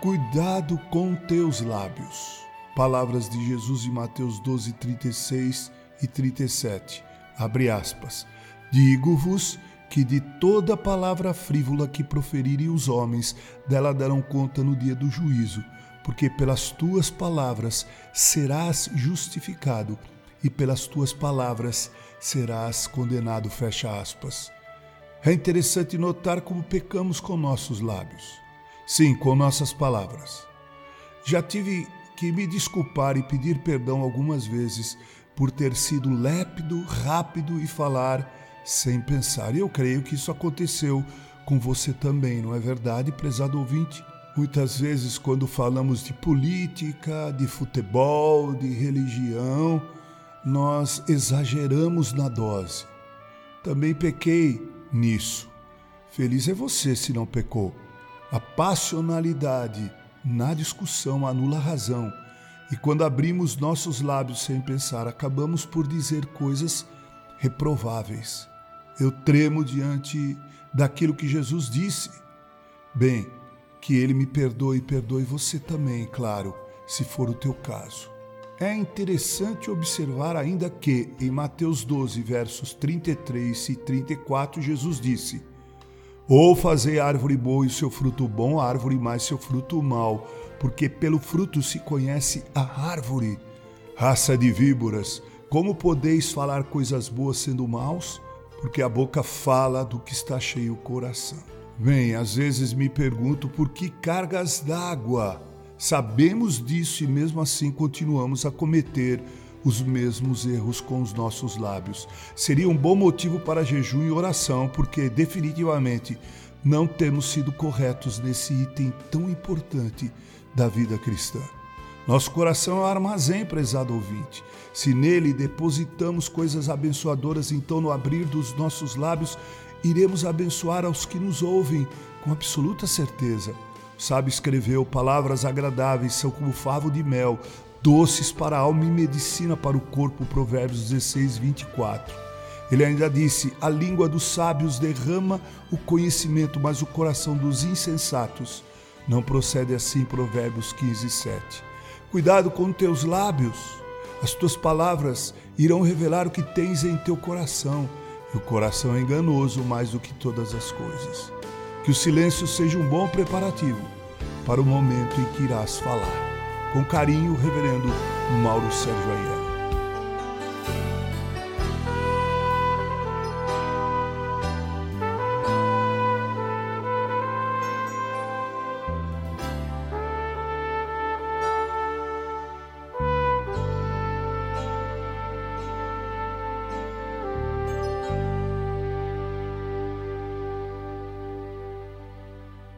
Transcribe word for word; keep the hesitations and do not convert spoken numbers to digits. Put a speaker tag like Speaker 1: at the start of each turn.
Speaker 1: Cuidado com teus lábios. Palavras de Jesus em Mateus doze, trinta e seis e trinta e sete. Abre aspas. Digo-vos que de toda palavra frívola que proferirem os homens, dela darão conta no dia do juízo, porque pelas tuas palavras serás justificado e pelas tuas palavras serás condenado. Fecha aspas. É interessante notar como pecamos com nossos lábios. Sim, com nossas palavras. Já tive que me desculpar e pedir perdão algumas vezes por ter sido lépido, rápido e falar sem pensar. E eu creio que isso aconteceu com você também, não é verdade, prezado ouvinte? Muitas vezes, quando falamos de política, de futebol, de religião, nós exageramos na dose. Também pequei nisso. Feliz é você se não pecou. A passionalidade na discussão anula a razão. E quando abrimos nossos lábios sem pensar, acabamos por dizer coisas reprováveis. Eu tremo diante daquilo que Jesus disse. Bem, que Ele me perdoe e perdoe você também, claro, se for o teu caso. É interessante observar ainda que, em Mateus doze, versos trinta e três e trinta e quatro, Jesus disse: ou fazei árvore boa e seu fruto bom, árvore mais seu fruto mau, porque pelo fruto se conhece a árvore. Raça de víboras, como podeis falar coisas boas sendo maus? Porque a boca fala do que está cheio o coração. Bem, às vezes me pergunto por que cargas d'água. Sabemos disso e mesmo assim continuamos a cometer os mesmos erros com os nossos lábios. Seria um bom motivo para jejum e oração, porque definitivamente não temos sido corretos nesse item tão importante da vida cristã. Nosso coração é um armazém, prezado ouvinte. Se nele depositamos coisas abençoadoras, então no abrir dos nossos lábios iremos abençoar aos que nos ouvem com absoluta certeza. O sábio escreveu: palavras agradáveis são como favo de mel, doces para a alma e medicina para o corpo, Provérbios dezesseis, vinte e quatro. Ele ainda disse: a língua dos sábios derrama o conhecimento, mas o coração dos insensatos não procede assim, Provérbios quinze, sete. Cuidado com teus lábios. As tuas palavras irão revelar o que tens em teu coração, e o coração é enganoso mais do que todas as coisas. Que o silêncio seja um bom preparativo para o momento em que irás falar. Com carinho, Reverendo Mauro Sérgio Aiello.